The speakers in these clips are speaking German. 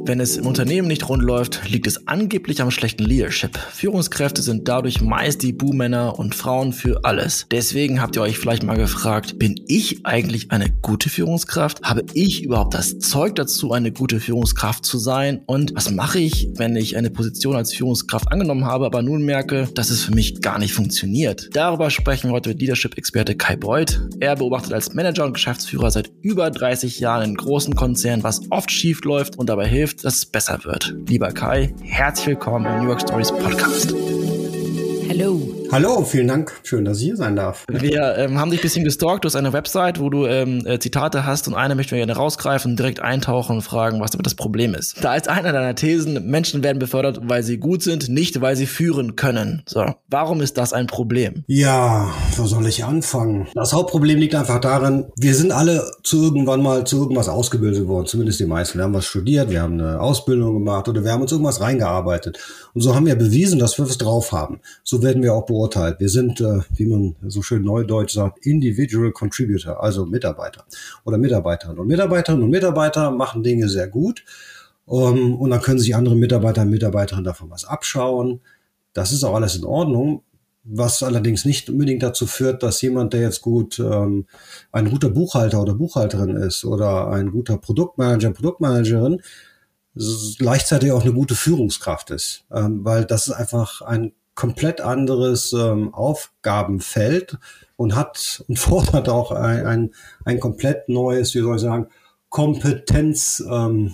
Wenn es im Unternehmen nicht rund läuft, liegt es angeblich am schlechten Leadership. Führungskräfte sind dadurch meist die Buhmänner und Frauen für alles. Deswegen habt ihr euch vielleicht mal gefragt, bin ich eigentlich eine gute Führungskraft? Habe ich überhaupt das Zeug dazu, eine gute Führungskraft zu sein? Und was mache ich, wenn ich eine Position als Führungskraft angenommen habe, aber nun merke, dass es für mich gar nicht funktioniert? Darüber sprechen wir heute mit Leadership-Experte Kai Beuth. Er beobachtet als Manager und Geschäftsführer seit über 30 Jahren in großen Konzernen, was oft schief läuft und dabei hilft, dass es besser wird. Lieber Kai, herzlich willkommen im New Work Stories Podcast. Hallo. Hallo, vielen Dank. Schön, dass ich hier sein darf. Wir haben dich ein bisschen gestalkt. Du hast eine Website, wo du Zitate hast und eine möchten wir gerne rausgreifen, direkt eintauchen und fragen, was damit das Problem ist. Da ist eine deiner Thesen, Menschen werden befördert, weil sie gut sind, nicht weil sie führen können. So, warum ist das ein Problem? Ja, wo soll ich anfangen? Das Hauptproblem liegt einfach darin, wir sind alle irgendwann mal zu irgendwas ausgebildet worden, zumindest die meisten. Wir haben was studiert, wir haben eine Ausbildung gemacht oder wir haben uns irgendwas reingearbeitet. Und so haben wir bewiesen, dass wir was drauf haben. So werden wir auch beurteilt. Wir sind, wie man so schön neudeutsch sagt, Individual Contributor, also Mitarbeiter oder Mitarbeiterinnen. Und Mitarbeiterinnen und Mitarbeiter machen Dinge sehr gut und dann können sich andere Mitarbeiter und Mitarbeiterinnen davon was abschauen. Das ist auch alles in Ordnung, was allerdings nicht unbedingt dazu führt, dass jemand, der jetzt gut ein guter Buchhalter oder Buchhalterin ist oder ein guter Produktmanager, Produktmanagerin, gleichzeitig auch eine gute Führungskraft ist, weil das ist einfach ein komplett anderes Aufgabenfeld und hat und fordert auch ein komplett neues, wie soll ich sagen, Kompetenzfeld.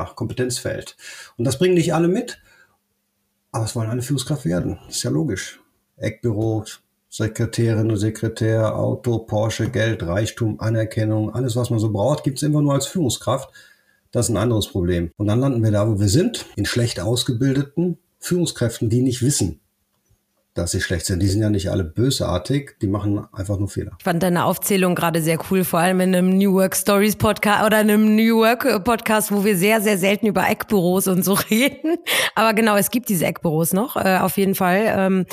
Und das bringen nicht alle mit, aber es wollen eine Führungskraft werden. Das ist ja logisch. Eckbüro, Sekretärin und Sekretär, Auto, Porsche, Geld, Reichtum, Anerkennung, alles, was man so braucht, gibt's immer nur als Führungskraft. Das ist ein anderes Problem. Und dann landen wir da, wo wir sind, in schlecht ausgebildeten Führungskräften, die nicht wissen, dass sie schlecht sind. Die sind ja nicht alle bösartig, die machen einfach nur Fehler. Ich fand deine Aufzählung gerade sehr cool, vor allem in einem New Work Stories Podcast oder einem New Work Podcast, wo wir sehr, sehr selten über Eckbüros und so reden. Aber genau, es gibt diese Eckbüros noch, auf jeden Fall.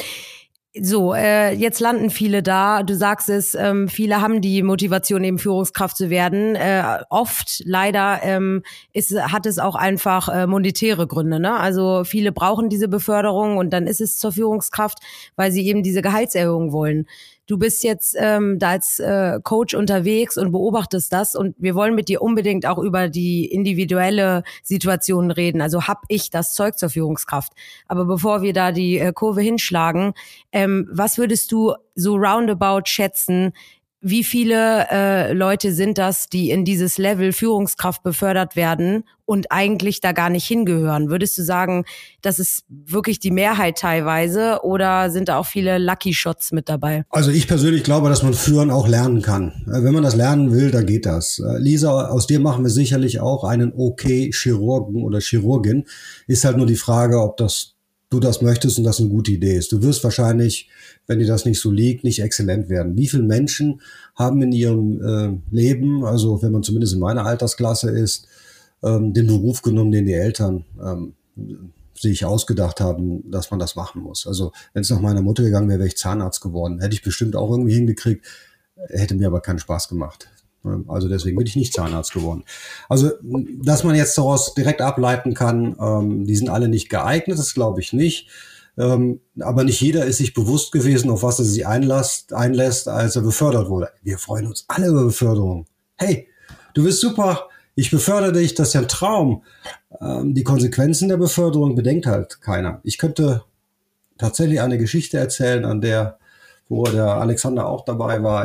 Jetzt landen viele da. Du sagst es, viele haben die Motivation, eben Führungskraft zu werden. Oft, leider, hat es auch einfach monetäre Gründe, ne? Also viele brauchen diese Beförderung und dann ist es zur Führungskraft, weil sie eben diese Gehaltserhöhung wollen. Du bist jetzt da als Coach unterwegs und beobachtest das und wir wollen mit dir unbedingt auch über die individuelle Situation reden. Also hab ich das Zeug zur Führungskraft? Aber bevor wir da die Kurve hinschlagen, was würdest du so roundabout schätzen, wie viele Leute sind das, die in dieses Level Führungskraft befördert werden und eigentlich da gar nicht hingehören? Würdest du sagen, das ist wirklich die Mehrheit teilweise oder sind da auch viele Lucky Shots mit dabei? Also ich persönlich glaube, dass man Führen auch lernen kann. Wenn man das lernen will, dann geht das. Lisa, aus dir machen wir sicherlich auch einen Chirurgen oder Chirurgin. Ist halt nur die Frage, ob du das möchtest und das eine gute Idee ist. Du wirst wahrscheinlich, wenn dir das nicht so liegt, nicht exzellent werden. Wie viele Menschen haben in ihrem Leben, also wenn man zumindest in meiner Altersklasse ist, den Beruf genommen, den die Eltern sich ausgedacht haben, dass man das machen muss. Also wenn es nach meiner Mutter gegangen wäre, wäre ich Zahnarzt geworden. Hätte ich bestimmt auch irgendwie hingekriegt, hätte mir aber keinen Spaß gemacht. Also deswegen bin ich nicht Zahnarzt geworden. Also, dass man jetzt daraus direkt ableiten kann, die sind alle nicht geeignet, das glaube ich nicht. Aber nicht jeder ist sich bewusst gewesen, auf was er sich einlässt, als er befördert wurde. Wir freuen uns alle über Beförderung. Hey, du bist super, ich befördere dich, das ist ja ein Traum. Die Konsequenzen der Beförderung bedenkt halt keiner. Ich könnte tatsächlich eine Geschichte erzählen, wo der Alexander auch dabei war,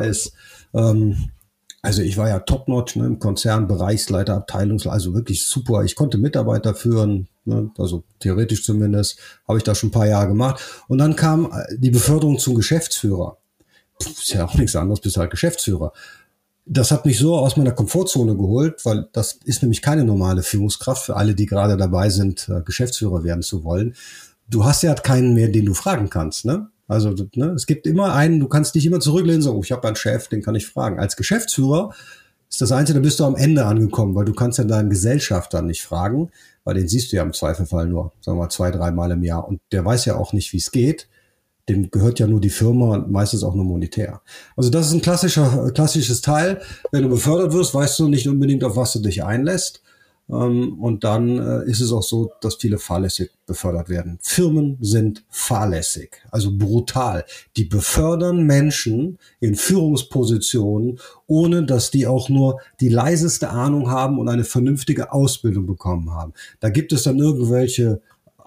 also ich war ja top-notch, ne, im Konzern, Bereichsleiter, Abteilungsleiter, also wirklich super. Ich konnte Mitarbeiter führen, ne, also theoretisch zumindest, habe ich da schon ein paar Jahre gemacht. Und dann kam die Beförderung zum Geschäftsführer. Ist ja auch nichts anderes, bist halt Geschäftsführer. Das hat mich so aus meiner Komfortzone geholt, weil das ist nämlich keine normale Führungskraft für alle, die gerade dabei sind, Geschäftsführer werden zu wollen. Du hast ja keinen mehr, den du fragen kannst, ne? Also es gibt immer einen, du kannst dich immer zurücklehnen, so, ich habe einen Chef, den kann ich fragen. Als Geschäftsführer ist das Einzige, da bist du am Ende angekommen, weil du kannst ja deinen Gesellschafter nicht fragen, weil den siehst du ja im Zweifelfall nur, sagen wir mal, 2-3 Mal im Jahr. Und der weiß ja auch nicht, wie es geht. Dem gehört ja nur die Firma und meistens auch nur monetär. Also das ist ein klassisches Teil. Wenn du befördert wirst, weißt du nicht unbedingt, auf was du dich einlässt. Und dann ist es auch so, dass viele fahrlässig befördert werden. Firmen sind fahrlässig, also brutal. Die befördern Menschen in Führungspositionen, ohne dass die auch nur die leiseste Ahnung haben und eine vernünftige Ausbildung bekommen haben. Da gibt es dann irgendwelche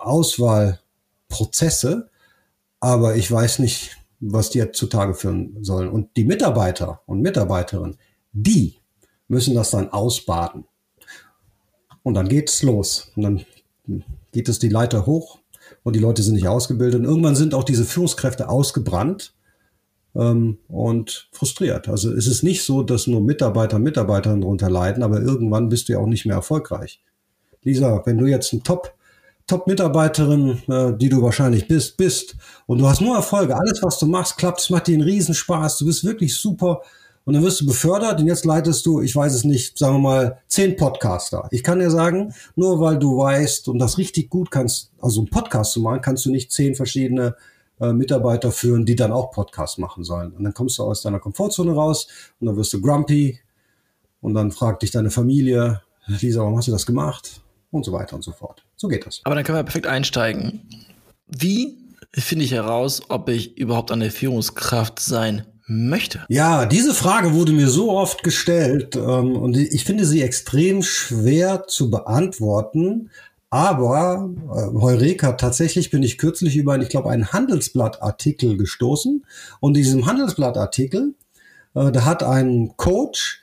Auswahlprozesse, aber ich weiß nicht, was die jetzt zutage führen sollen. Und die Mitarbeiter und Mitarbeiterinnen, die müssen das dann ausbaden. Und dann geht's los. Und dann geht es die Leiter hoch und die Leute sind nicht ausgebildet. Und irgendwann sind auch diese Führungskräfte ausgebrannt und frustriert. Also es ist nicht so, dass nur Mitarbeiter und Mitarbeiterinnen darunter leiden, aber irgendwann bist du ja auch nicht mehr erfolgreich. Lisa, wenn du jetzt ein Top-Mitarbeiterin, die du wahrscheinlich bist und du hast nur Erfolge, alles was du machst klappt, es macht dir einen Riesenspaß, du bist wirklich super. Und dann wirst du befördert und jetzt leitest du, ich weiß es nicht, sagen wir mal, 10 Podcaster. Ich kann dir sagen, nur weil du weißt und das richtig gut kannst, also einen Podcast zu machen, kannst du nicht 10 verschiedene Mitarbeiter führen, die dann auch Podcasts machen sollen. Und dann kommst du aus deiner Komfortzone raus und dann wirst du grumpy und dann fragt dich deine Familie, Lisa, warum hast du das gemacht? Und so weiter und so fort. So geht das. Aber dann können wir perfekt einsteigen. Wie finde ich heraus, ob ich überhaupt eine Führungskraft sein möchte? Ja, diese Frage wurde mir so oft gestellt und ich finde sie extrem schwer zu beantworten. Aber Heureka, tatsächlich bin ich kürzlich über einen Handelsblatt-Artikel gestoßen. Und in diesem Handelsblatt-Artikel, da hat ein Coach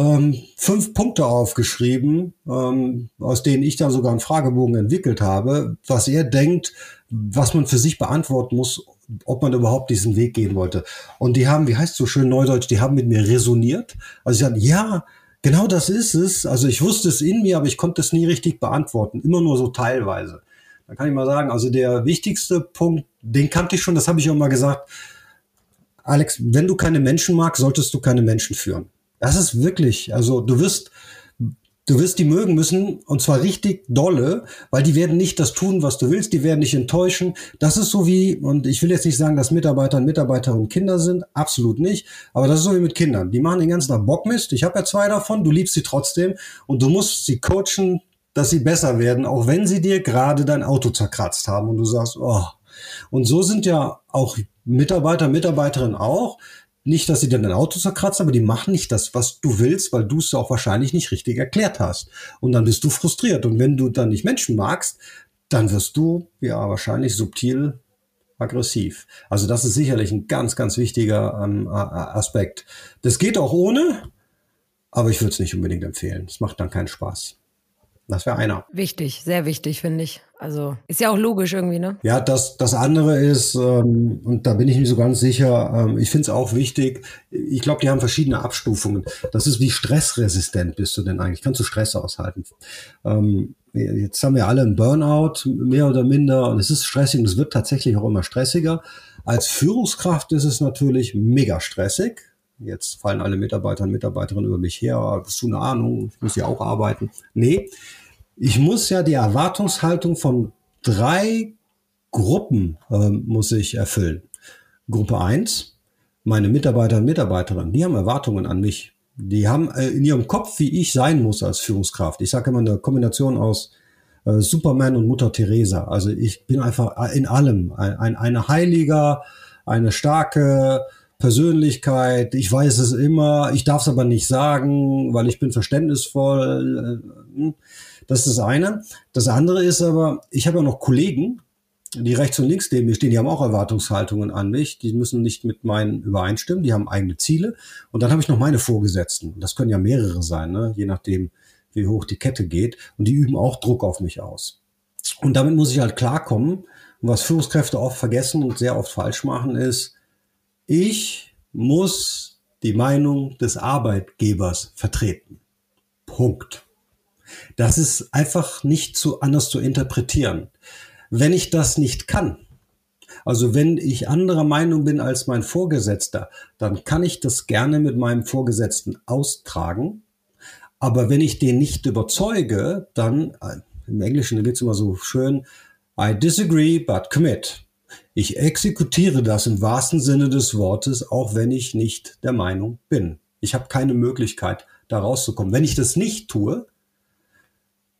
5 Punkte aufgeschrieben, aus denen ich dann sogar einen Fragebogen entwickelt habe, was er denkt, was man für sich beantworten muss, ob man überhaupt diesen Weg gehen wollte. Und die haben, wie heißt es so schön neudeutsch, die haben mit mir resoniert. Also ich sagte, ja, genau das ist es. Also ich wusste es in mir, aber ich konnte es nie richtig beantworten. Immer nur so teilweise. Da kann ich mal sagen, also der wichtigste Punkt, den kannte ich schon, das habe ich auch mal gesagt. Alex, wenn du keine Menschen magst, solltest du keine Menschen führen. Das ist wirklich, also du wirst die mögen müssen, und zwar richtig dolle, weil die werden nicht das tun, was du willst, die werden dich enttäuschen. Das ist so wie, und ich will jetzt nicht sagen, dass Mitarbeiter und Mitarbeiterinnen Kinder sind, absolut nicht, aber das ist so wie mit Kindern. Die machen den ganzen Tag Bockmist, ich habe ja 2 davon, du liebst sie trotzdem und du musst sie coachen, dass sie besser werden, auch wenn sie dir gerade dein Auto zerkratzt haben und du sagst, oh. Und so sind ja auch Mitarbeiter, Mitarbeiterinnen auch. Nicht, dass sie dann ein Auto zerkratzen, aber die machen nicht das, was du willst, weil du es auch wahrscheinlich nicht richtig erklärt hast. Und dann bist du frustriert. Und wenn du dann nicht Menschen magst, dann wirst du ja wahrscheinlich subtil aggressiv. Also das ist sicherlich ein ganz, ganz wichtiger Aspekt. Das geht auch ohne, aber ich würde es nicht unbedingt empfehlen. Es macht dann keinen Spaß. Das wäre einer. Wichtig, sehr wichtig, finde ich. Also ist ja auch logisch irgendwie, ne? Ja, das andere ist, und da bin ich nicht so ganz sicher, ich finde es auch wichtig, ich glaube, die haben verschiedene Abstufungen. Das ist, wie stressresistent bist du denn eigentlich? Kannst du Stress aushalten? Jetzt haben wir alle einen Burnout, mehr oder minder, und es ist stressig und es wird tatsächlich auch immer stressiger. Als Führungskraft ist es natürlich mega stressig. Jetzt fallen alle Mitarbeiter und Mitarbeiterinnen über mich her. Hast du eine Ahnung? Ich muss ja auch arbeiten. Nee, ich muss ja die Erwartungshaltung von 3 Gruppen muss ich erfüllen. Gruppe 1, meine Mitarbeiter und Mitarbeiterinnen, die haben Erwartungen an mich. Die haben in ihrem Kopf, wie ich sein muss als Führungskraft. Ich sage immer eine Kombination aus Superman und Mutter Teresa. Also ich bin einfach in allem eine Heiliger, eine starke Persönlichkeit, ich weiß es immer, ich darf es aber nicht sagen, weil ich bin verständnisvoll. Das ist das eine. Das andere ist aber, ich habe ja noch Kollegen, die rechts und links neben mir stehen, die haben auch Erwartungshaltungen an mich, die müssen nicht mit meinen übereinstimmen, die haben eigene Ziele. Und dann habe ich noch meine Vorgesetzten. Das können ja mehrere sein, ne? Je nachdem, wie hoch die Kette geht. Und die üben auch Druck auf mich aus. Und damit muss ich halt klarkommen. Und was Führungskräfte oft vergessen und sehr oft falsch machen, ist, ich muss die Meinung des Arbeitgebers vertreten. Punkt. Das ist einfach nicht anders zu interpretieren. Wenn ich das nicht kann, also wenn ich anderer Meinung bin als mein Vorgesetzter, dann kann ich das gerne mit meinem Vorgesetzten austragen. Aber wenn ich den nicht überzeuge, dann, im Englischen geht es immer so schön, I disagree but commit. Ich exekutiere das im wahrsten Sinne des Wortes, auch wenn ich nicht der Meinung bin. Ich habe keine Möglichkeit, da rauszukommen. Wenn ich das nicht tue,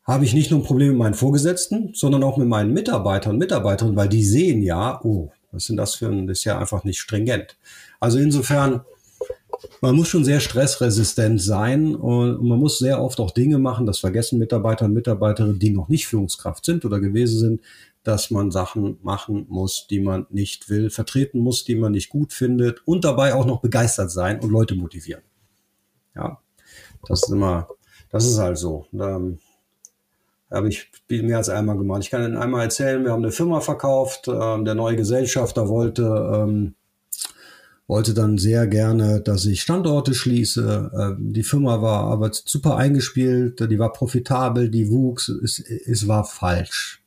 habe ich nicht nur ein Problem mit meinen Vorgesetzten, sondern auch mit meinen Mitarbeitern und Mitarbeiterinnen, weil die sehen ja, oh, was sind das das ist ja einfach nicht stringent. Also insofern, man muss schon sehr stressresistent sein und man muss sehr oft auch Dinge machen, das vergessen Mitarbeiter und Mitarbeiterinnen, die noch nicht Führungskraft sind oder gewesen sind, dass man Sachen machen muss, die man nicht will, vertreten muss, die man nicht gut findet und dabei auch noch begeistert sein und Leute motivieren. Ja, das ist halt so. Habe ich mehr als einmal gemacht. Ich kann Ihnen einmal erzählen, wir haben eine Firma verkauft, der neue Gesellschafter wollte dann sehr gerne, dass ich Standorte schließe. Die Firma war aber super eingespielt, die war profitabel, die wuchs, es war falsch.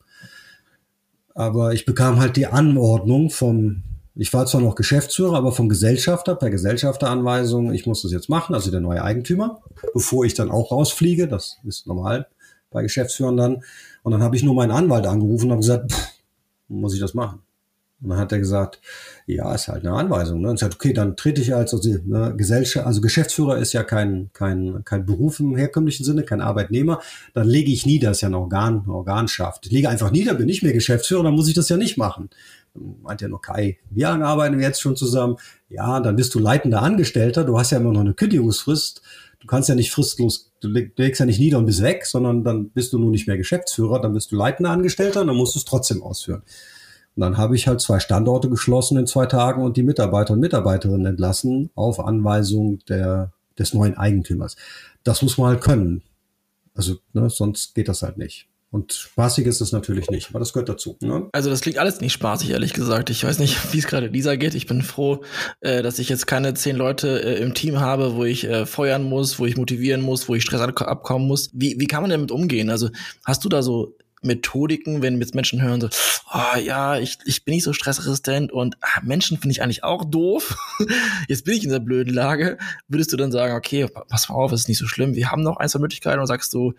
Aber ich bekam halt die Anordnung ich war zwar noch Geschäftsführer, aber vom Gesellschafter, per Gesellschafteranweisung, ich muss das jetzt machen, also der neue Eigentümer, bevor ich dann auch rausfliege, das ist normal bei Geschäftsführern dann. Und dann habe ich nur meinen Anwalt angerufen und habe gesagt, muss ich das machen? Und dann hat er gesagt, ja, ist halt eine Anweisung. Ne? Und ich sagte, okay, dann trete ich als Gesellschaft, also Geschäftsführer ist ja kein Beruf im herkömmlichen Sinne, kein Arbeitnehmer. Dann lege ich nieder, das ist ja eine Organschaft. Ich lege einfach nieder, bin nicht mehr Geschäftsführer, dann muss ich das ja nicht machen. Dann meint er noch, Kai, wie lange arbeiten wir jetzt schon zusammen? Ja, dann bist du leitender Angestellter, du hast ja immer noch eine Kündigungsfrist. Du kannst ja nicht fristlos, du legst ja nicht nieder und bist weg, sondern dann bist du nun nicht mehr Geschäftsführer, dann bist du leitender Angestellter und dann musst du es trotzdem ausführen. Und dann habe ich halt 2 Standorte geschlossen in 2 Tagen und die Mitarbeiter und Mitarbeiterinnen entlassen auf Anweisung des neuen Eigentümers. Das muss man halt können. Also sonst geht das halt nicht. Und spaßig ist es natürlich nicht, aber das gehört dazu. Ne? Also das klingt alles nicht spaßig, ehrlich gesagt. Ich weiß nicht, wie es gerade Lisa geht. Ich bin froh, dass ich jetzt keine 10 Leute im Team habe, wo ich feuern muss, wo ich motivieren muss, wo ich Stress abkommen muss. Wie kann man damit umgehen? Also hast du da so Methodiken, wenn jetzt Menschen hören so, oh ja, ich bin nicht so stressresistent und Menschen finde ich eigentlich auch doof. Jetzt bin ich in dieser blöden Lage. Würdest du dann sagen, okay, pass mal auf, es ist nicht so schlimm. Wir haben noch 1, 2 Möglichkeiten und sagst du,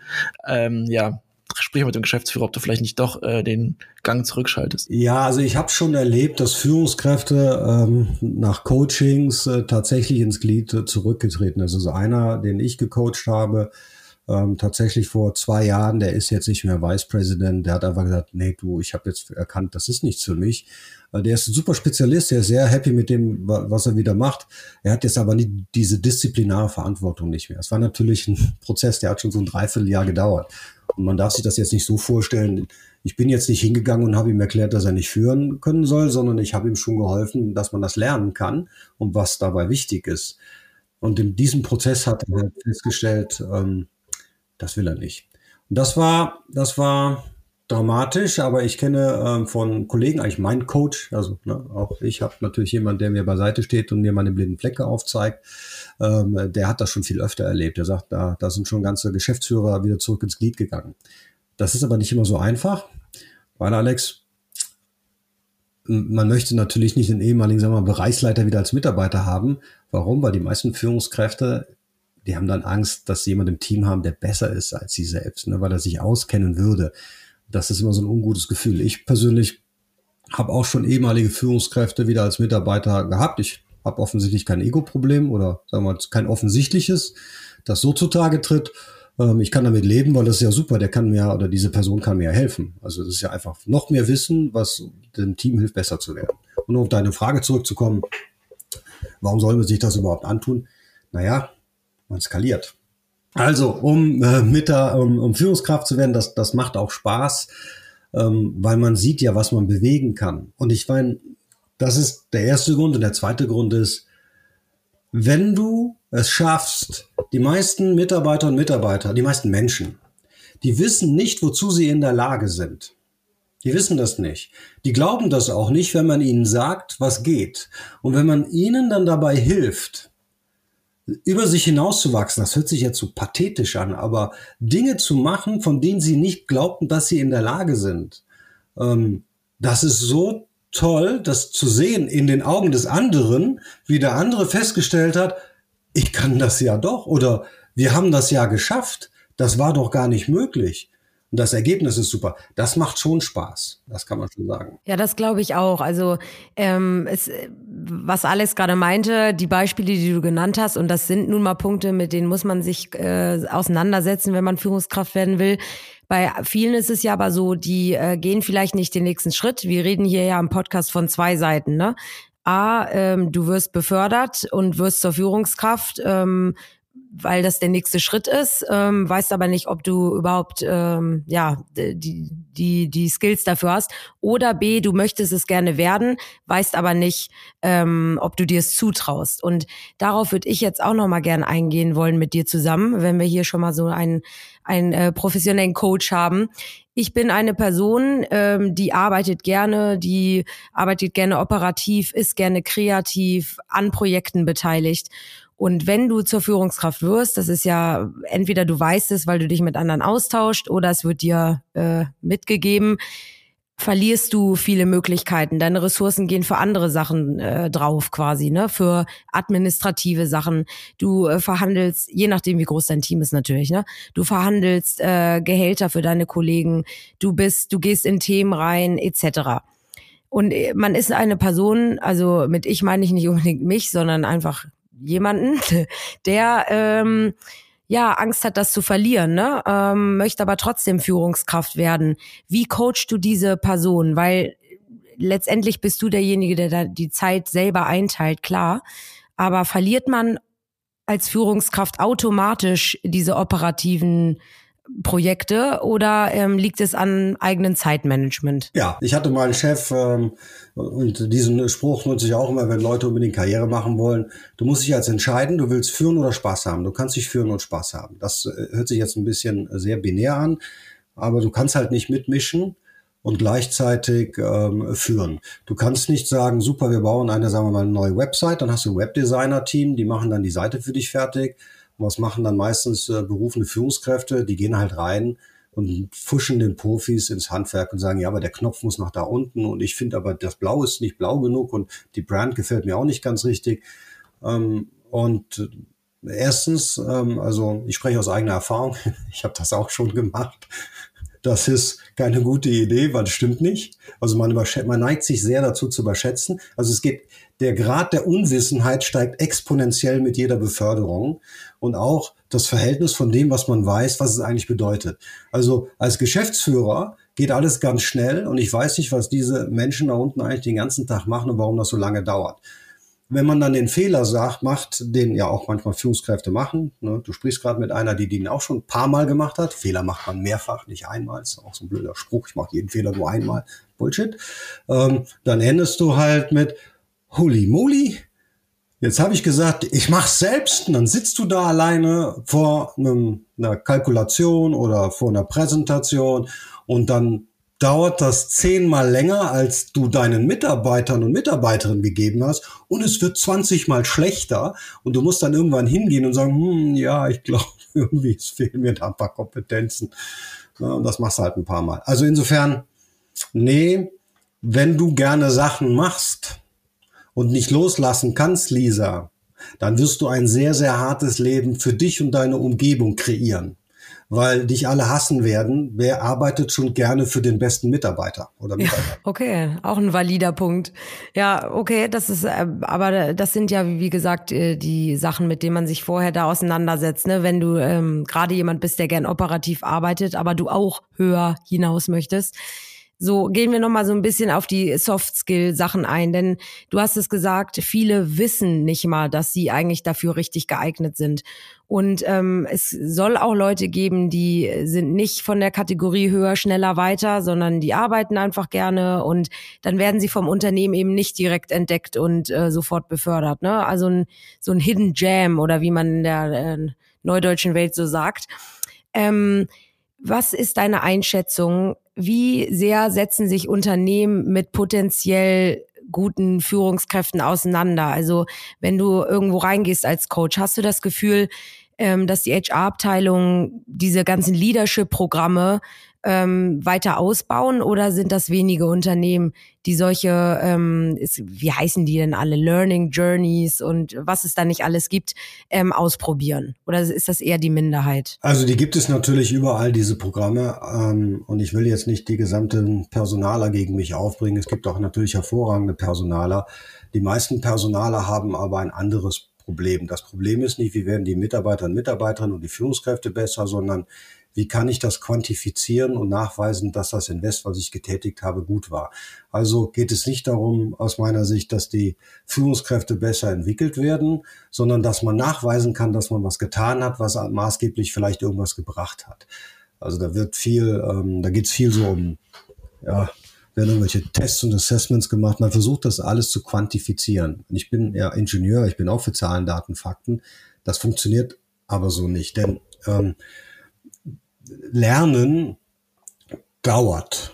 sprich mit dem Geschäftsführer, ob du vielleicht nicht doch den Gang zurückschaltest. Ja, also ich habe schon erlebt, dass Führungskräfte nach Coachings tatsächlich ins Glied zurückgetreten ist. Also einer, den ich gecoacht habe, tatsächlich vor 2 Jahren, der ist jetzt nicht mehr Vice President, der hat einfach gesagt, nee, ich habe jetzt erkannt, das ist nichts für mich. Der ist ein super Spezialist, der ist sehr happy mit dem, was er wieder macht. Er hat jetzt aber nicht diese disziplinare Verantwortung nicht mehr. Es war natürlich ein Prozess, der hat schon so ein Dreivierteljahr gedauert. Und man darf sich das jetzt nicht so vorstellen, ich bin jetzt nicht hingegangen und habe ihm erklärt, dass er nicht führen können soll, sondern ich habe ihm schon geholfen, dass man das lernen kann und was dabei wichtig ist. Und in diesem Prozess hat er festgestellt, das will er nicht. Und das war dramatisch, aber ich kenne von Kollegen, eigentlich mein Coach, also auch ich habe natürlich jemanden, der mir beiseite steht und mir meine blinden Flecke aufzeigt, der hat das schon viel öfter erlebt. Der sagt, da sind schon ganze Geschäftsführer wieder zurück ins Glied gegangen. Das ist aber nicht immer so einfach, weil Alex, man möchte natürlich nicht den ehemaligen, sagen wir mal, Bereichsleiter wieder als Mitarbeiter haben. Warum? Weil die meisten Führungskräfte, die haben dann Angst, dass sie jemanden im Team haben, der besser ist als sie selbst, weil er sich auskennen würde. Das ist immer so ein ungutes Gefühl. Ich persönlich habe auch schon ehemalige Führungskräfte wieder als Mitarbeiter gehabt. Ich habe offensichtlich kein Ego-Problem oder sagen wir mal kein offensichtliches, das so zutage tritt. Ich kann damit leben, weil das ist ja super. Der kann mir oder diese Person kann mir helfen. Also das ist ja einfach noch mehr Wissen, was dem Team hilft, besser zu werden. Und um auf deine Frage zurückzukommen, warum soll man sich das überhaupt antun? Naja, man skaliert. Also, um Führungskraft zu werden, das macht auch Spaß, weil man sieht ja, was man bewegen kann. Und ich meine, das ist der erste Grund. Und der zweite Grund ist, wenn du es schaffst, die meisten Mitarbeiter und Mitarbeiter, die meisten Menschen, die wissen nicht, wozu sie in der Lage sind. Die wissen das nicht. Die glauben das auch nicht, wenn man ihnen sagt, was geht. Und wenn man ihnen dann dabei hilft, über sich hinauszuwachsen, das hört sich jetzt so pathetisch an, aber Dinge zu machen, von denen sie nicht glaubten, dass sie in der Lage sind, das ist so toll, das zu sehen in den Augen des anderen, wie der andere festgestellt hat, ich kann das ja doch oder wir haben das ja geschafft, das war doch gar nicht möglich. Und und das Ergebnis ist super. Das macht schon Spaß. Das kann man schon sagen. Ja, das glaube ich auch. Also was Alex gerade meinte, die Beispiele, die du genannt hast, und das sind nun mal Punkte, mit denen muss man sich auseinandersetzen, wenn man Führungskraft werden will. Bei vielen ist es ja aber so, die gehen vielleicht nicht den nächsten Schritt. Wir reden hier ja im Podcast von 2 Seiten, ne? Du wirst befördert und wirst zur Führungskraft, weil das der nächste Schritt ist, weißt aber nicht, ob du überhaupt die Skills dafür hast. Oder B, du möchtest es gerne werden, weißt aber nicht, ob du dir es zutraust. Und darauf würde ich jetzt auch noch mal gerne eingehen wollen mit dir zusammen, wenn wir hier schon mal so einen professionellen Coach haben. Ich bin eine Person, die arbeitet gerne operativ, ist gerne kreativ, an Projekten beteiligt. Und wenn du zur Führungskraft wirst, das ist ja entweder du weißt es, weil du dich mit anderen austauscht, oder es wird dir mitgegeben, verlierst du viele Möglichkeiten. Deine Ressourcen gehen für andere Sachen drauf quasi, ne? Für administrative Sachen. Du verhandelst, je nachdem wie groß dein Team ist natürlich, ne? Du verhandelst Gehälter für deine Kollegen, du gehst in Themen rein, etc. Und man ist eine Person, also mit ich meine ich nicht unbedingt mich, sondern einfach jemanden, der Angst hat, das zu verlieren, ne? Möchte aber trotzdem Führungskraft werden. Wie coachst du diese Person? Weil letztendlich bist du derjenige, der da die Zeit selber einteilt, klar. Aber verliert man als Führungskraft automatisch diese operativen Projekte oder liegt es an eigenen Zeitmanagement? Ja, ich hatte mal einen Chef und diesen Spruch nutze ich auch immer, wenn Leute unbedingt Karriere machen wollen. Du musst dich jetzt entscheiden, du willst führen oder Spaß haben. Du kannst dich führen und Spaß haben. Das hört sich jetzt ein bisschen sehr binär an, aber du kannst halt nicht mitmischen und gleichzeitig führen. Du kannst nicht sagen, super, wir bauen sagen wir mal, eine neue Website, dann hast du ein Webdesigner-Team, die machen dann die Seite für dich fertig. Und was machen dann meistens berufene Führungskräfte? Die gehen halt rein und pfuschen den Profis ins Handwerk und sagen, ja, aber der Knopf muss nach da unten und ich finde aber, das Blau ist nicht blau genug und die Brand gefällt mir auch nicht ganz richtig. Und erstens, also ich spreche aus eigener Erfahrung, ich habe das auch schon gemacht. Das ist keine gute Idee, weil das stimmt nicht. Also man neigt sich sehr dazu zu überschätzen. Also der Grad der Unwissenheit steigt exponentiell mit jeder Beförderung und auch das Verhältnis von dem, was man weiß, was es eigentlich bedeutet. Also als Geschäftsführer geht alles ganz schnell und ich weiß nicht, was diese Menschen da unten eigentlich den ganzen Tag machen und warum das so lange dauert. Wenn man dann den Fehler macht, den ja auch manchmal Führungskräfte machen, ne? Du sprichst gerade mit einer, die den auch schon ein paar Mal gemacht hat. Fehler macht man mehrfach, nicht einmal. Das ist auch so ein blöder Spruch, ich mache jeden Fehler nur einmal. Bullshit. Dann endest du halt mit Holy moly, jetzt habe ich gesagt, ich mach's selbst. Und dann sitzt du da alleine vor einer Kalkulation oder vor einer Präsentation und dann dauert das 10-mal länger, als du deinen Mitarbeitern und Mitarbeiterinnen gegeben hast. Und es wird 20-mal schlechter. Und du musst dann irgendwann hingehen und sagen, ja, ich glaube, irgendwie es fehlen mir da ein paar Kompetenzen. Ja, und das machst du halt ein paar Mal. Also insofern, nee, wenn du gerne Sachen machst und nicht loslassen kannst, Lisa, dann wirst du ein sehr, sehr hartes Leben für dich und deine Umgebung kreieren. Weil dich alle hassen werden. Wer arbeitet schon gerne für den besten Mitarbeiter oder Mitarbeiter? Ja, okay, auch ein valider Punkt. Ja, okay, das ist, aber das sind ja, wie gesagt, die Sachen, mit denen man sich vorher da auseinandersetzt, ne? Wenn du gerade jemand bist, der gern operativ arbeitet, aber du auch höher hinaus möchtest. So, gehen wir nochmal so ein bisschen auf die Soft-Skill-Sachen ein, denn du hast es gesagt, viele wissen nicht mal, dass sie eigentlich dafür richtig geeignet sind. Und es soll auch Leute geben, die sind nicht von der Kategorie höher, schneller, weiter, sondern die arbeiten einfach gerne und dann werden sie vom Unternehmen eben nicht direkt entdeckt und sofort befördert, ne? Also so ein Hidden Gem oder wie man in der neudeutschen Welt so sagt. Was ist deine Einschätzung? Wie sehr setzen sich Unternehmen mit potenziell guten Führungskräften auseinander? Also wenn du irgendwo reingehst als Coach, hast du das Gefühl, dass die HR-Abteilung diese ganzen Leadership-Programme weiter ausbauen oder sind das wenige Unternehmen, die solche, wie heißen die denn alle, Learning Journeys und was es da nicht alles gibt, ausprobieren? Oder ist das eher die Minderheit? Also die gibt es natürlich überall, diese Programme. Und ich will jetzt nicht die gesamten Personaler gegen mich aufbringen. Es gibt auch natürlich hervorragende Personaler. Die meisten Personaler haben aber ein anderes Problem. Das Problem ist nicht, wie werden die Mitarbeiter und Mitarbeiterinnen und die Führungskräfte besser, sondern wie kann ich das quantifizieren und nachweisen, dass das Invest, was ich getätigt habe, gut war. Also geht es nicht darum, aus meiner Sicht, dass die Führungskräfte besser entwickelt werden, sondern dass man nachweisen kann, dass man was getan hat, was maßgeblich vielleicht irgendwas gebracht hat. Also da wird viel, da geht es viel so um, ja, werden irgendwelche Tests und Assessments gemacht. Man versucht das alles zu quantifizieren. Und ich bin ja Ingenieur, ich bin auch für Zahlen, Daten, Fakten. Das funktioniert aber so nicht, denn Lernen dauert.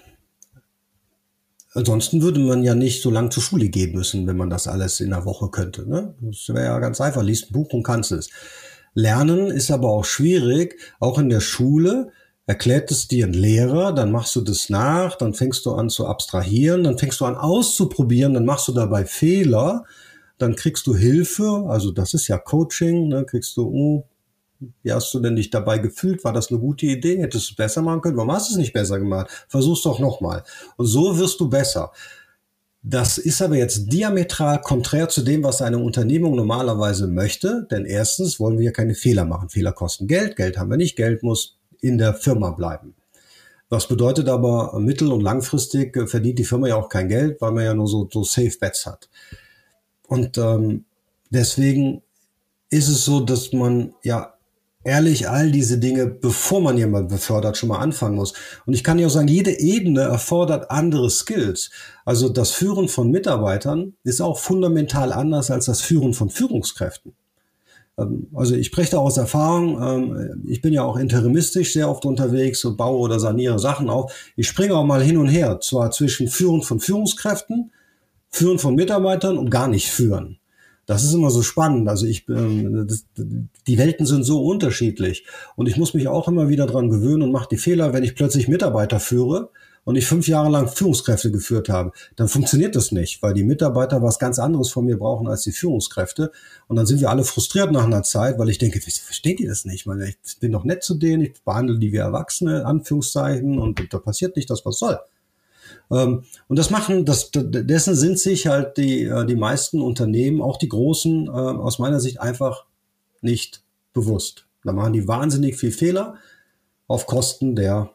Ansonsten würde man ja nicht so lange zur Schule gehen müssen, wenn man das alles in einer Woche könnte. Ne? Das wäre ja ganz einfach. Liest ein Buch und kannst es. Lernen ist aber auch schwierig. Auch in der Schule erklärt es dir ein Lehrer, dann machst du das nach, dann fängst du an zu abstrahieren, dann fängst du an auszuprobieren, dann machst du dabei Fehler, dann kriegst du Hilfe. Also das ist ja Coaching. Ne? Kriegst du, wie hast du denn dich dabei gefühlt? War das eine gute Idee? Hättest du es besser machen können? Warum hast du es nicht besser gemacht? Versuch's doch nochmal. Und so wirst du besser. Das ist aber jetzt diametral konträr zu dem, was eine Unternehmung normalerweise möchte. Denn erstens wollen wir keine Fehler machen. Fehler kosten Geld. Geld haben wir nicht. Geld muss in der Firma bleiben. Was bedeutet aber, mittel- und langfristig verdient die Firma ja auch kein Geld, weil man ja nur so Safe Bets hat. Und deswegen ist es so, dass man ja ehrlich all diese Dinge, bevor man jemanden befördert, schon mal anfangen muss. Und ich kann ja auch sagen, jede Ebene erfordert andere Skills. Also das Führen von Mitarbeitern ist auch fundamental anders als das Führen von Führungskräften. Also ich spreche da aus Erfahrung. Ich bin ja auch interimistisch sehr oft unterwegs und baue oder saniere Sachen auf. Ich springe auch mal hin und her, zwar zwischen Führen von Führungskräften, Führen von Mitarbeitern und gar nicht führen. Das ist immer so spannend. Also die Welten sind so unterschiedlich. Und ich muss mich auch immer wieder dran gewöhnen und mache die Fehler, wenn ich plötzlich Mitarbeiter führe und ich 5 Jahre lang Führungskräfte geführt habe. Dann funktioniert das nicht, weil die Mitarbeiter was ganz anderes von mir brauchen als die Führungskräfte. Und dann sind wir alle frustriert nach einer Zeit, weil ich denke, versteht ihr das nicht? Ich meine, ich bin doch nett zu denen, ich behandle die wie Erwachsene, Anführungszeichen, und da passiert nicht das, was soll. Und dessen sind sich halt die meisten Unternehmen, auch die großen, aus meiner Sicht einfach nicht bewusst. Da machen die wahnsinnig viel Fehler auf Kosten der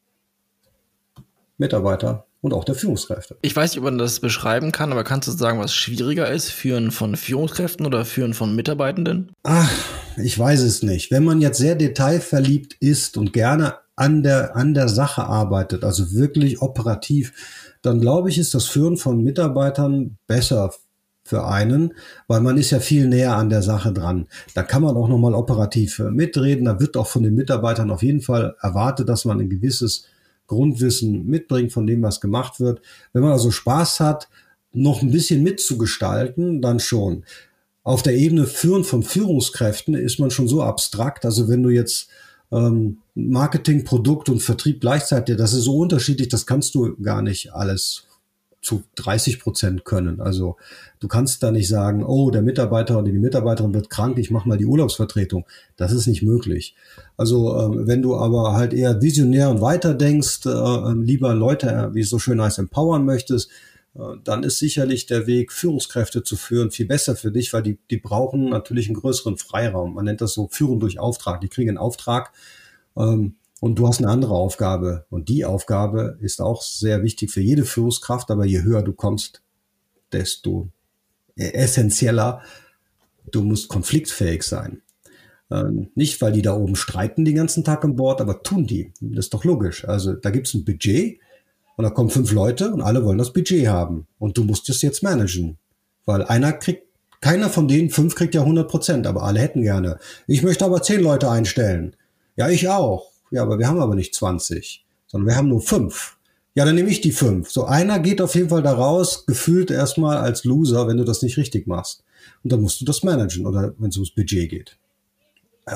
Mitarbeiter und auch der Führungskräfte. Ich weiß nicht, ob man das beschreiben kann, aber kannst du sagen, was schwieriger ist? Führen von Führungskräften oder Führen von Mitarbeitenden? Ach, ich weiß es nicht. Wenn man jetzt sehr detailverliebt ist und gerne an der Sache arbeitet, also wirklich operativ, dann glaube ich, ist das Führen von Mitarbeitern besser für einen, weil man ist ja viel näher an der Sache dran. Da kann man auch nochmal operativ mitreden. Da wird auch von den Mitarbeitern auf jeden Fall erwartet, dass man ein gewisses Grundwissen mitbringt von dem, was gemacht wird. Wenn man also Spaß hat, noch ein bisschen mitzugestalten, dann schon. Auf der Ebene Führen von Führungskräften ist man schon so abstrakt. Also wenn du jetzt Marketing, Produkt und Vertrieb gleichzeitig, das ist so unterschiedlich, das kannst du gar nicht alles zu 30% können. Also du kannst da nicht sagen, oh, der Mitarbeiter oder die Mitarbeiterin wird krank, ich mache mal die Urlaubsvertretung. Das ist nicht möglich. Also wenn du aber halt eher visionär und weiter denkst, lieber Leute, wie es so schön heißt, empowern möchtest, dann ist sicherlich der Weg, Führungskräfte zu führen, viel besser für dich, weil die brauchen natürlich einen größeren Freiraum. Man nennt das so Führen durch Auftrag. Die kriegen einen Auftrag und du hast eine andere Aufgabe. Und die Aufgabe ist auch sehr wichtig für jede Führungskraft, aber je höher du kommst, desto essentieller, du musst konfliktfähig sein. Nicht, weil die da oben streiten den ganzen Tag an Bord, aber tun die. Das ist doch logisch. Also da gibt es ein Budget, und da kommen 5 Leute und alle wollen das Budget haben. Und du musst es jetzt managen. Weil keiner von denen 5 kriegt ja 100%, aber alle hätten gerne. Ich möchte aber 10 Leute einstellen. Ja, ich auch. Ja, aber wir haben aber nicht 20, sondern wir haben nur 5. Ja, dann nehme ich die 5. So, einer geht auf jeden Fall da raus, gefühlt erstmal als Loser, wenn du das nicht richtig machst. Und dann musst du das managen oder wenn es ums Budget geht. Ja.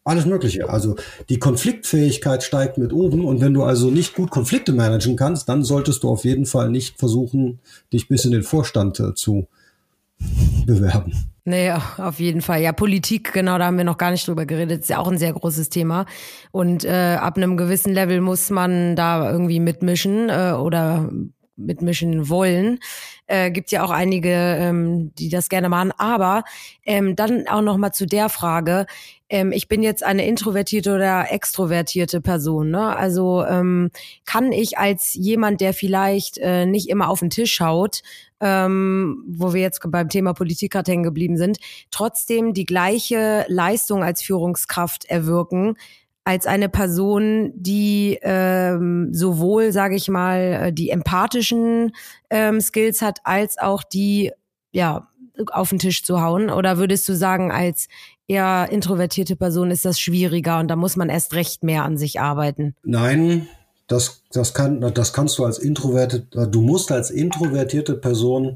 Alles Mögliche. Also die Konfliktfähigkeit steigt mit oben und wenn du also nicht gut Konflikte managen kannst, dann solltest du auf jeden Fall nicht versuchen, dich bis in den Vorstand zu bewerben. Nee, auf jeden Fall. Ja, Politik, genau, da haben wir noch gar nicht drüber geredet. Ist ja auch ein sehr großes Thema. Und ab einem gewissen Level muss man da irgendwie mitmischen oder mitmischen wollen. Gibt ja auch einige, die das gerne machen. Aber dann auch noch mal zu der Frage, ich bin jetzt eine introvertierte oder extrovertierte Person, ne? Also kann ich als jemand, der vielleicht nicht immer auf den Tisch schaut, wo wir jetzt beim Thema Politik gerade hängen geblieben sind, trotzdem die gleiche Leistung als Führungskraft erwirken, als eine Person, die sowohl, sage ich mal, die empathischen Skills hat, als auch die, ja, auf den Tisch zu hauen? Oder würdest du sagen, als eher introvertierte Person ist das schwieriger und da muss man erst recht mehr an sich arbeiten? Nein, das kannst du als du musst als introvertierte Person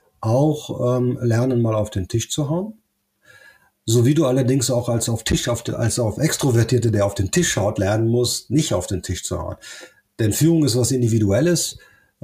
auch lernen, mal auf den Tisch zu hauen. So wie du allerdings auch als auf Extrovertierte, der auf den Tisch schaut, lernen musst, nicht auf den Tisch zu hauen. Denn Führung ist was Individuelles.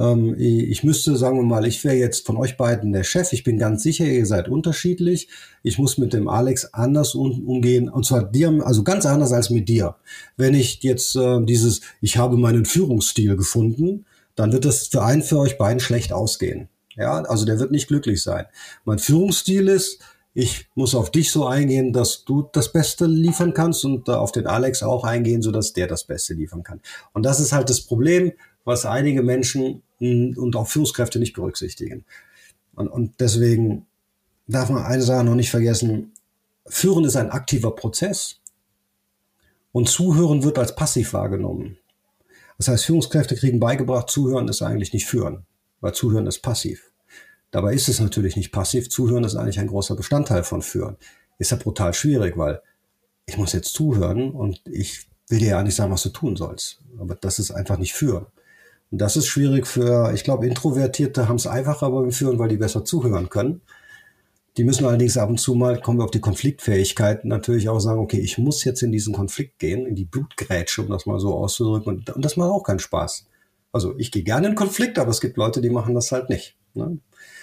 Ich müsste, sagen wir mal, ich wäre jetzt von euch beiden der Chef. Ich bin ganz sicher, ihr seid unterschiedlich. Ich muss mit dem Alex anders umgehen. Und zwar dir, also ganz anders als mit dir. Wenn ich jetzt ich habe meinen Führungsstil gefunden, dann wird das für euch beiden schlecht ausgehen. Ja, also der wird nicht glücklich sein. Mein Führungsstil ist, ich muss auf dich so eingehen, dass du das Beste liefern kannst und auf den Alex auch eingehen, sodass der das Beste liefern kann. Und das ist halt das Problem, was einige Menschen und auch Führungskräfte nicht berücksichtigen. Und deswegen darf man eine Sache noch nicht vergessen. Führen ist ein aktiver Prozess und Zuhören wird als passiv wahrgenommen. Das heißt, Führungskräfte kriegen beigebracht, Zuhören ist eigentlich nicht Führen, weil Zuhören ist passiv. Dabei ist es natürlich nicht passiv. Zuhören ist eigentlich ein großer Bestandteil von Führen. Ist ja brutal schwierig, weil ich muss jetzt zuhören und ich will dir ja nicht sagen, was du tun sollst. Aber das ist einfach nicht Führen. Und das ist schwierig ich glaube, Introvertierte haben es einfacher beim Führen, weil die besser zuhören können. Die müssen allerdings ab und zu mal, kommen wir auf die Konfliktfähigkeit, natürlich auch sagen, okay, ich muss jetzt in diesen Konflikt gehen, in die Blutgrätsche, um das mal so auszudrücken. Und das macht auch keinen Spaß. Also ich gehe gerne in Konflikt, aber es gibt Leute, die machen das halt nicht. Ne?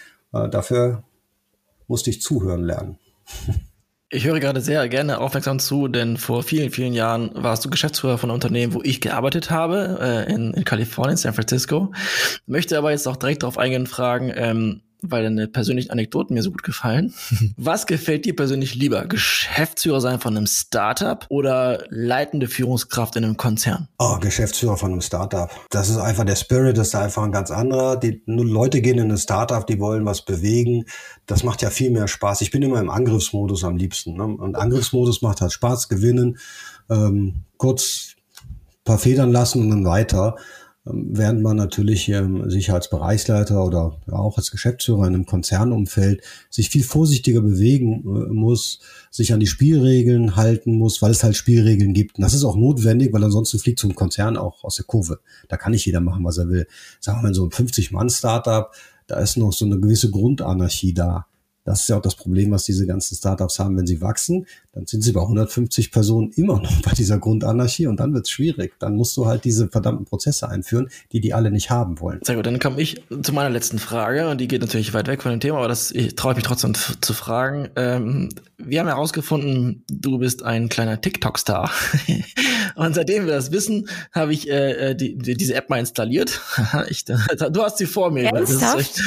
Dafür musste ich zuhören lernen. Ich höre gerade sehr gerne aufmerksam zu, denn vor vielen, vielen Jahren warst du Geschäftsführer von einem Unternehmen, wo ich gearbeitet habe, in Kalifornien, San Francisco. Möchte aber jetzt auch direkt darauf eingehen und fragen, weil deine persönlichen Anekdoten mir so gut gefallen. Was gefällt dir persönlich lieber? Geschäftsführer sein von einem Startup oder leitende Führungskraft in einem Konzern? Oh, Geschäftsführer von einem Startup. Das ist einfach, der Spirit ist einfach ein ganz anderer. Die Leute gehen in ein Startup, die wollen was bewegen. Das macht ja viel mehr Spaß. Ich bin immer im Angriffsmodus am liebsten. Ne? Und Angriffsmodus macht halt Spaß, gewinnen, kurz ein paar Federn lassen und dann weiter. Während man natürlich sich als Bereichsleiter oder auch als Geschäftsführer in einem Konzernumfeld sich viel vorsichtiger bewegen muss, sich an die Spielregeln halten muss, weil es halt Spielregeln gibt. Und das ist auch notwendig, weil ansonsten fliegt so ein Konzern auch aus der Kurve. Da kann nicht jeder machen, was er will. Sagen wir mal, so ein 50-Mann-Startup, da ist noch so eine gewisse Grundanarchie da. Das ist ja auch das Problem, was diese ganzen Startups haben. Wenn sie wachsen, dann sind sie bei 150 Personen immer noch bei dieser Grundanarchie und dann wird's schwierig. Dann musst du halt diese verdammten Prozesse einführen, die alle nicht haben wollen. Sehr gut, dann komme ich zu meiner letzten Frage und die geht natürlich weit weg von dem Thema, aber traue ich mich trotzdem zu fragen. Wir haben herausgefunden, du bist ein kleiner TikTok-Star. Und seitdem wir das wissen, habe ich diese App mal installiert. Du hast sie vor mir. Ernsthaft?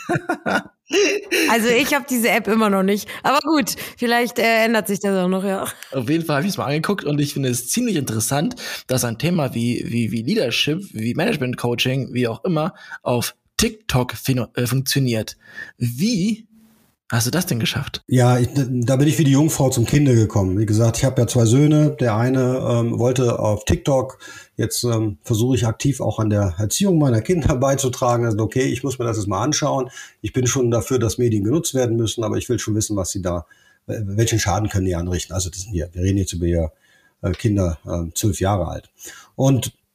Also ich habe diese App immer noch nicht. Aber gut, vielleicht ändert sich das auch noch, ja. Auf jeden Fall habe ich es mal angeguckt und ich finde es ziemlich interessant, dass ein Thema wie Leadership, wie Management Coaching, wie auch immer, auf TikTok funktioniert. Wie hast du das denn geschafft? Ja, da bin ich wie die Jungfrau zum Kinde gekommen. Wie gesagt, ich habe ja 2 Söhne. Der eine wollte auf TikTok. Jetzt versuche ich aktiv auch an der Erziehung meiner Kinder beizutragen. Also okay, ich muss mir das jetzt mal anschauen. Ich bin schon dafür, dass Medien genutzt werden müssen, aber ich will schon wissen, welchen Schaden können die anrichten. Also wir reden jetzt über Kinder 12 Jahre alt. Und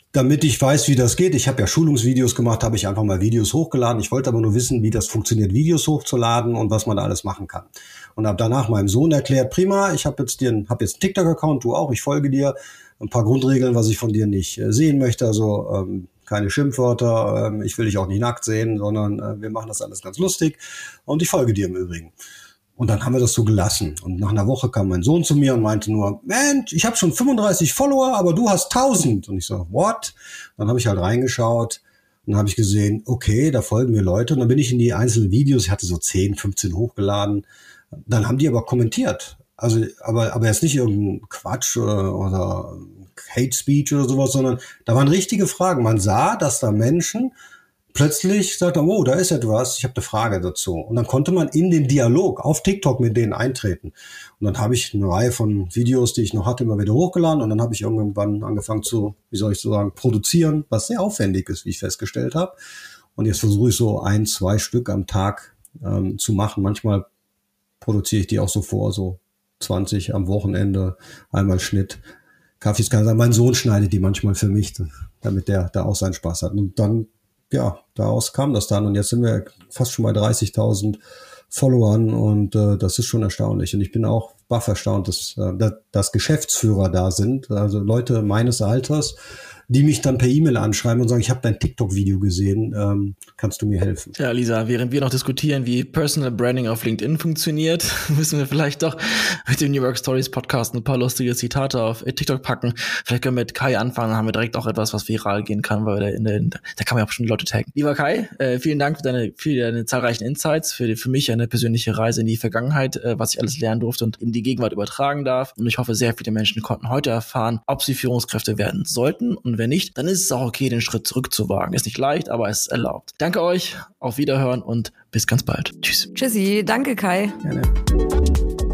damit ich weiß, wie das geht. Ich habe ja Schulungsvideos gemacht, habe ich einfach mal Videos hochgeladen. Ich wollte aber nur wissen, wie das funktioniert, Videos hochzuladen und was man da alles machen kann. Und habe danach meinem Sohn erklärt, prima, ich habe jetzt einen TikTok-Account, du auch, ich folge dir. Ein paar Grundregeln, was ich von dir nicht sehen möchte, also keine Schimpfwörter, ich will dich auch nicht nackt sehen, sondern wir machen das alles ganz lustig und ich folge dir im Übrigen. Und dann haben wir das so gelassen. Und nach einer Woche kam mein Sohn zu mir und meinte nur, Mensch, ich habe schon 35 Follower, aber du hast 1000. Und ich so, what? Dann habe ich halt reingeschaut und dann habe ich gesehen, okay, da folgen mir Leute. Und dann bin ich in die einzelnen Videos, ich hatte so 10, 15 hochgeladen. Dann haben die aber kommentiert. Also, aber jetzt nicht irgendein Quatsch oder Hate Speech oder sowas, sondern da waren richtige Fragen. Man sah, dass da Menschen plötzlich sagten, oh, da ist etwas, ich habe eine Frage dazu. Und dann konnte man in den Dialog auf TikTok mit denen eintreten. Und dann habe ich eine Reihe von Videos, die ich noch hatte, immer wieder hochgeladen. Und dann habe ich irgendwann angefangen zu, produzieren, was sehr aufwendig ist, wie ich festgestellt habe. Und jetzt versuche ich so 1, 2 Stück am Tag zu machen. Manchmal produziere ich die auch so vor, so 20 am Wochenende, einmal Schnitt. Kaffees kann sein, mein Sohn schneidet die manchmal für mich, damit der da auch seinen Spaß hat. Und dann, ja, daraus kam das dann. Und jetzt sind wir fast schon bei 30.000 Followern und das ist schon erstaunlich. Und ich bin auch baff erstaunt, dass Geschäftsführer da sind, also Leute meines Alters, die mich dann per E-Mail anschreiben und sagen, ich habe dein TikTok-Video gesehen, kannst du mir helfen? Ja, Lisa, während wir noch diskutieren, wie Personal Branding auf LinkedIn funktioniert, müssen wir vielleicht doch mit dem New Work Stories Podcast ein paar lustige Zitate auf TikTok packen. Vielleicht können wir mit Kai anfangen, dann haben wir direkt auch etwas, was viral gehen kann, weil da kann man ja auch schon die Leute taggen. Lieber Kai, vielen Dank für deine zahlreichen Insights, für mich eine persönliche Reise in die Vergangenheit, was ich alles lernen durfte und in die Gegenwart übertragen darf. Und ich hoffe, sehr viele Menschen konnten heute erfahren, ob sie Führungskräfte werden sollten. Und wenn nicht, dann ist es auch okay, den Schritt zurück zu wagen. Ist nicht leicht, aber es ist erlaubt. Danke euch, auf Wiederhören und bis ganz bald. Tschüss. Tschüssi, danke Kai. Gerne.